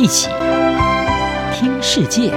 一起听世界。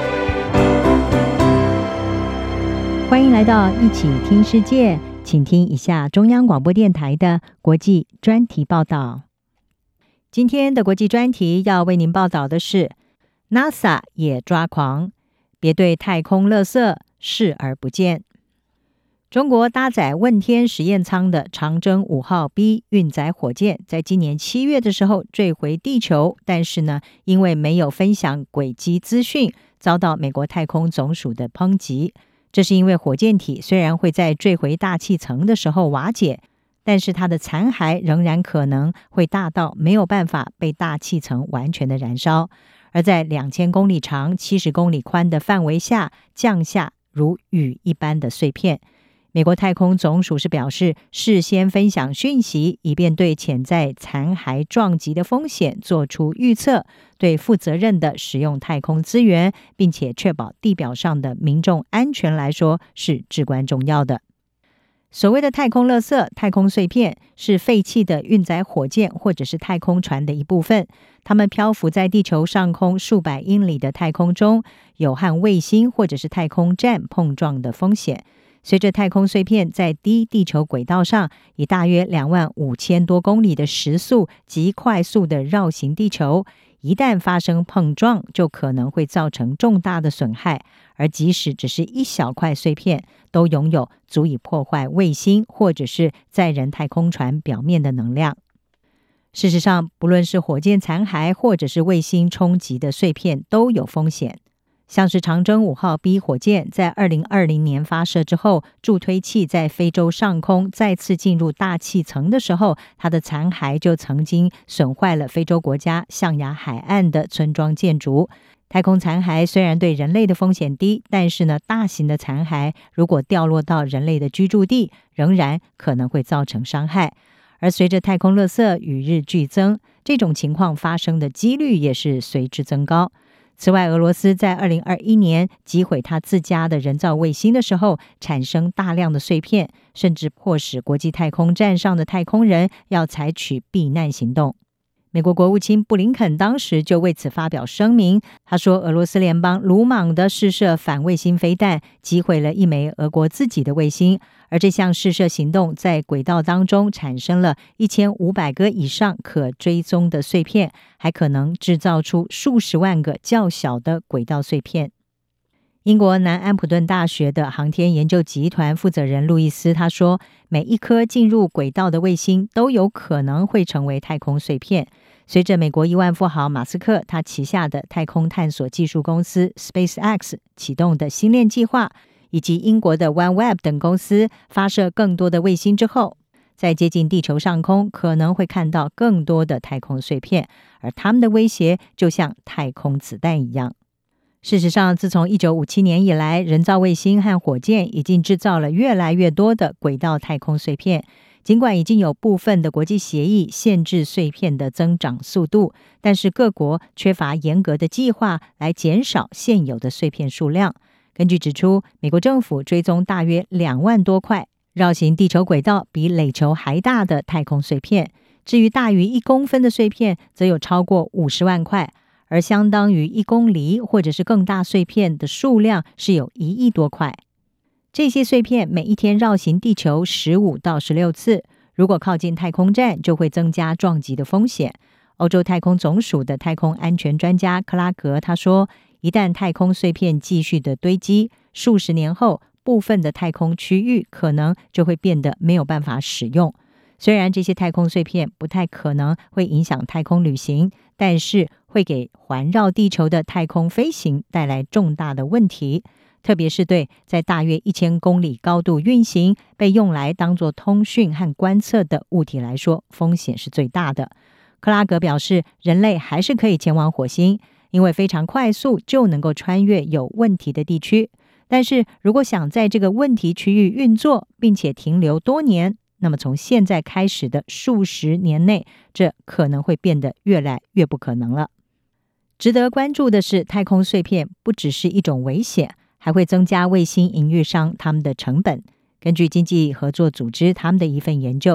欢迎来到一起听世界，请听一下中央广播电台的国际专题报道。今天的国际专题要为您报道的是 NASA 也抓狂，别对太空垃圾视而不见。中国搭载问天实验舱的长征5号 B 运载火箭在今年7月的时候坠回地球，但是呢，因为没有分享轨迹资讯，遭到美国太空总署的抨击。这是因为火箭体虽然会在坠回大气层的时候瓦解，但是它的残骸仍然可能会大到没有办法被大气层完全的燃烧，而在2000公里长、70公里宽的范围下降下如雨一般的碎片。美国太空总署是表示，事先分享讯息，以便对潜在残骸撞击的风险做出预测，对负责任的使用太空资源，并且确保地表上的民众安全来说是至关重要的。所谓的太空垃圾、太空碎片是废弃的运载火箭或者是太空船的一部分，它们漂浮在地球上空数百英里的太空中，有和卫星或者是太空站碰撞的风险。随着太空碎片在低地球轨道上以大约25000多公里的时速极快速的绕行地球，一旦发生碰撞，就可能会造成重大的损害，而即使只是一小块碎片，都拥有足以破坏卫星或者是载人太空船表面的能量。事实上，不论是火箭残骸或者是卫星冲击的碎片都有风险。像是长征5号 B 火箭在2020年发射之后，助推器在非洲上空再次进入大气层的时候，它的残骸就曾经损坏了非洲国家象牙海岸的村庄建筑。太空残骸虽然对人类的风险低，但是呢，大型的残骸如果掉落到人类的居住地，仍然可能会造成伤害。而随着太空垃圾与日俱增，这种情况发生的几率也是随之增高。此外，俄罗斯在2021年击毁它自家的人造卫星的时候，产生大量的碎片，甚至迫使国际太空站上的太空人要采取避难行动。美国国务卿布林肯当时就为此发表声明，他说俄罗斯联邦鲁莽地试射反卫星飞弹，击毁了一枚俄国自己的卫星，而这项试射行动在轨道当中产生了1500个以上可追踪的碎片，还可能制造出数十万个较小的轨道碎片。英国南安普顿大学的航天研究集团负责人路易斯他说，每一颗进入轨道的卫星都有可能会成为太空碎片。随着美国亿万富豪马斯克他旗下的太空探索技术公司 SpaceX 启动的星链计划，以及英国的 OneWeb 等公司发射更多的卫星之后，在接近地球上空可能会看到更多的太空碎片，而它们的威胁就像太空子弹一样。事实上，自从1957年以来，人造卫星和火箭已经制造了越来越多的轨道太空碎片。尽管已经有部分的国际协议限制碎片的增长速度，但是各国缺乏严格的计划来减少现有的碎片数量。根据指出，美国政府追踪大约2万多块绕行地球轨道比垒球还大的太空碎片，至于大于1公分的碎片，则有超过50万块，而相当于1公厘或者是更大碎片的数量是有1亿多块。这些碎片每一天绕行地球15到16次，如果靠近太空站，就会增加撞击的风险。欧洲太空总署的太空安全专家克拉格他说，一旦太空碎片继续的堆积，数十年后，部分的太空区域可能就会变得没有办法使用。虽然这些太空碎片不太可能会影响太空旅行，但是会给环绕地球的太空飞行带来重大的问题。特别是对在大约1000公里高度运行、被用来当作通讯和观测的物体来说，风险是最大的。克拉格表示，人类还是可以前往火星，因为非常快速就能够穿越有问题的地区。但是如果想在这个问题区域运作，并且停留多年，那么从现在开始的数十年内，这可能会变得越来越不可能了。值得关注的是，太空碎片不只是一种危险，还会增加卫星营运商他们的成本。根据经济合作组织他们的一份研究，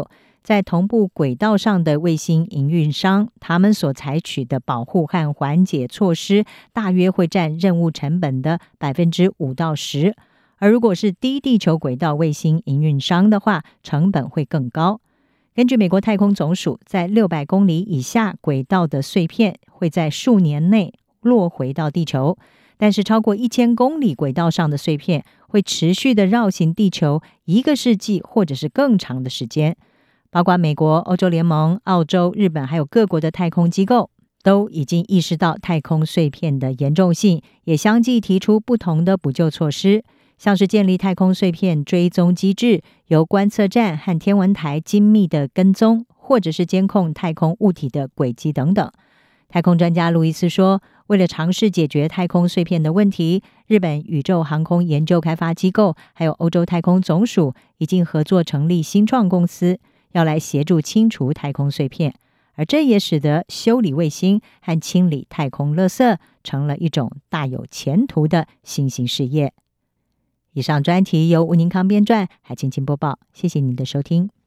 在同步轨道上的卫星营运商，他们所采取的保护和缓解措施，大约会占任务成本的5%到10%。而如果是低地球轨道卫星营运商的话，成本会更高。根据美国太空总署，在600公里以下轨道的碎片会在数年内落回到地球，但是超过1000公里轨道上的碎片会持续的绕行地球1个世纪或者是更长的时间。包括美国、欧洲联盟、澳洲、日本还有各国的太空机构都已经意识到太空碎片的严重性，也相继提出不同的补救措施，像是建立太空碎片追踪机制，由观测站和天文台精密的跟踪，或者是监控太空物体的轨迹等等。太空专家路易斯说，为了尝试解决太空碎片的问题，日本宇宙航空研究开发机构还有欧洲太空总署已经合作成立新创公司，要来协助清除太空碎片，而这也使得修理卫星和清理太空垃圾成了一种大有前途的新型事业。以上专题由吴宁康编撰，海青青播报，谢谢您的收听。